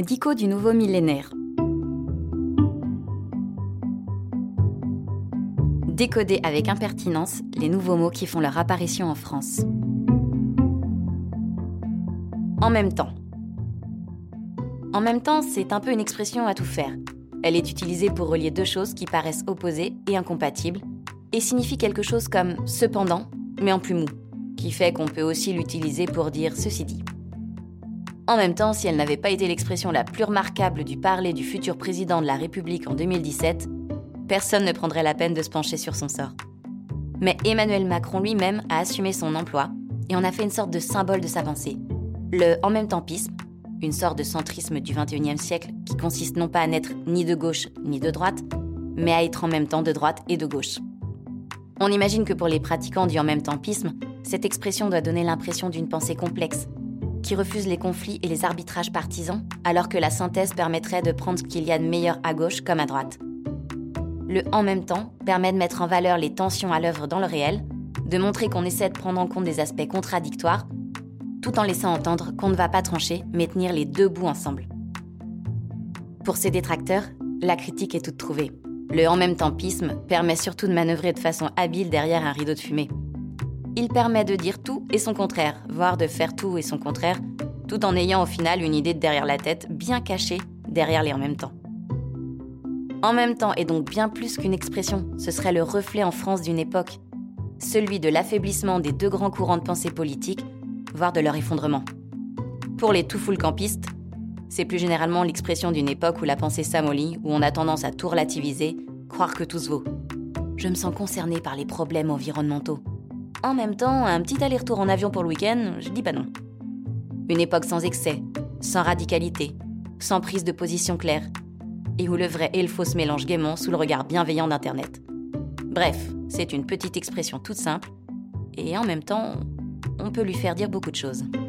Dico du nouveau millénaire. Décoder avec impertinence les nouveaux mots qui font leur apparition en France. En même temps. En même temps, c'est un peu une expression à tout faire. Elle est utilisée pour relier deux choses qui paraissent opposées et incompatibles, et signifie quelque chose comme « cependant », mais en plus mou, qui fait qu'on peut aussi l'utiliser pour dire « ceci dit ». En même temps, si elle n'avait pas été l'expression la plus remarquable du parler du futur président de la République en 2017, personne ne prendrait la peine de se pencher sur son sort. Mais Emmanuel Macron lui-même a assumé son emploi et en a fait une sorte de symbole de sa pensée. Le « en même tempisme », une sorte de centrisme du XXIe siècle qui consiste non pas à n'être ni de gauche ni de droite, mais à être en même temps de droite et de gauche. On imagine que pour les pratiquants du « en même tempisme », cette expression doit donner l'impression d'une pensée complexe, qui refuse les conflits et les arbitrages partisans, alors que la synthèse permettrait de prendre ce qu'il y a de meilleur à gauche comme à droite. Le « en même temps » permet de mettre en valeur les tensions à l'œuvre dans le réel, de montrer qu'on essaie de prendre en compte des aspects contradictoires, tout en laissant entendre qu'on ne va pas trancher, mais tenir les deux bouts ensemble. Pour ses détracteurs, la critique est toute trouvée. Le « en même tempisme » permet surtout de manœuvrer de façon habile derrière un rideau de fumée. Il permet de dire tout et son contraire, voire de faire tout et son contraire, tout en ayant au final une idée de derrière la tête, bien cachée derrière les « en même temps ». En même temps est donc bien plus qu'une expression, ce serait le reflet en France d'une époque, celui de l'affaiblissement des deux grands courants de pensée politique, voire de leur effondrement. Pour les tout full campistes, c'est plus généralement l'expression d'une époque où la pensée s'amollit, où on a tendance à tout relativiser, croire que tout se vaut. Je me sens concernée par les problèmes environnementaux. En même temps, un petit aller-retour en avion pour le week-end, je dis pas non. Une époque sans excès, sans radicalité, sans prise de position claire, et où le vrai et le faux se mélangent gaiement sous le regard bienveillant d'Internet. Bref, c'est une petite expression toute simple, et en même temps, on peut lui faire dire beaucoup de choses.